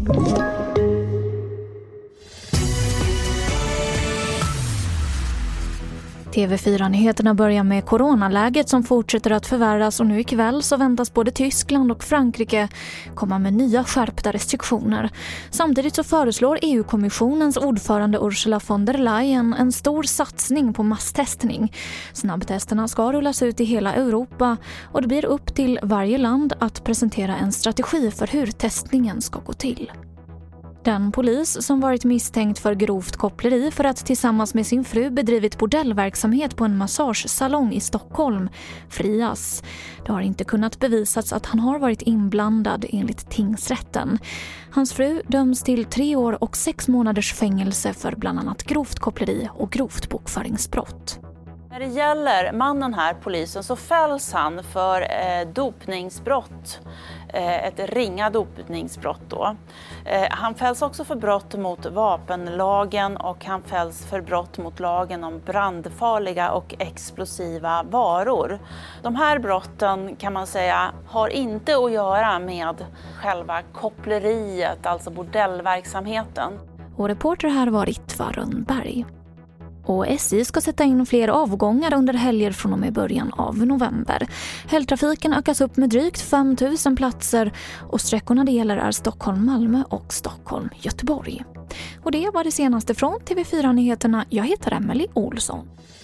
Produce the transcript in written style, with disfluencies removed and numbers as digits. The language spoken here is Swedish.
TV4-nyheterna börjar med coronaläget som fortsätter att förvärras, och nu ikväll så väntas både Tyskland och Frankrike komma med nya skärpta restriktioner. Samtidigt så föreslår EU-kommissionens ordförande Ursula von der Leyen en stor satsning på masstestning. Snabbtesterna ska rullas ut i hela Europa, och det blir upp till varje land att presentera en strategi för hur testningen ska gå till. Den polis som varit misstänkt för grovt koppleri för att tillsammans med sin fru bedrivit bordellverksamhet på en massagesalong i Stockholm frias. Det har inte kunnat bevisats att han har varit inblandad enligt tingsrätten. Hans fru döms till 3 år och 6 månaders fängelse för bland annat grovt koppleri och grovt bokföringsbrott. När det gäller mannen här, polisen, så fälls han för dopningsbrott. Ett ringa dopningsbrott då. Han fälls också för brott mot vapenlagen, och han fälls för brott mot lagen om brandfarliga och explosiva varor. De här brotten kan man säga har inte att göra med själva koppleriet, alltså bordellverksamheten. Och reporter här var Ritva Rönnberg. Och SJ ska sätta in fler avgångar under helger från och med början av november. Helgtrafiken ökas upp med drygt 5 000 platser, och sträckorna det gäller är Stockholm-Malmö och Stockholm-Göteborg. Och det var det senaste från TV4-nyheterna. Jag heter Emelie Olsson.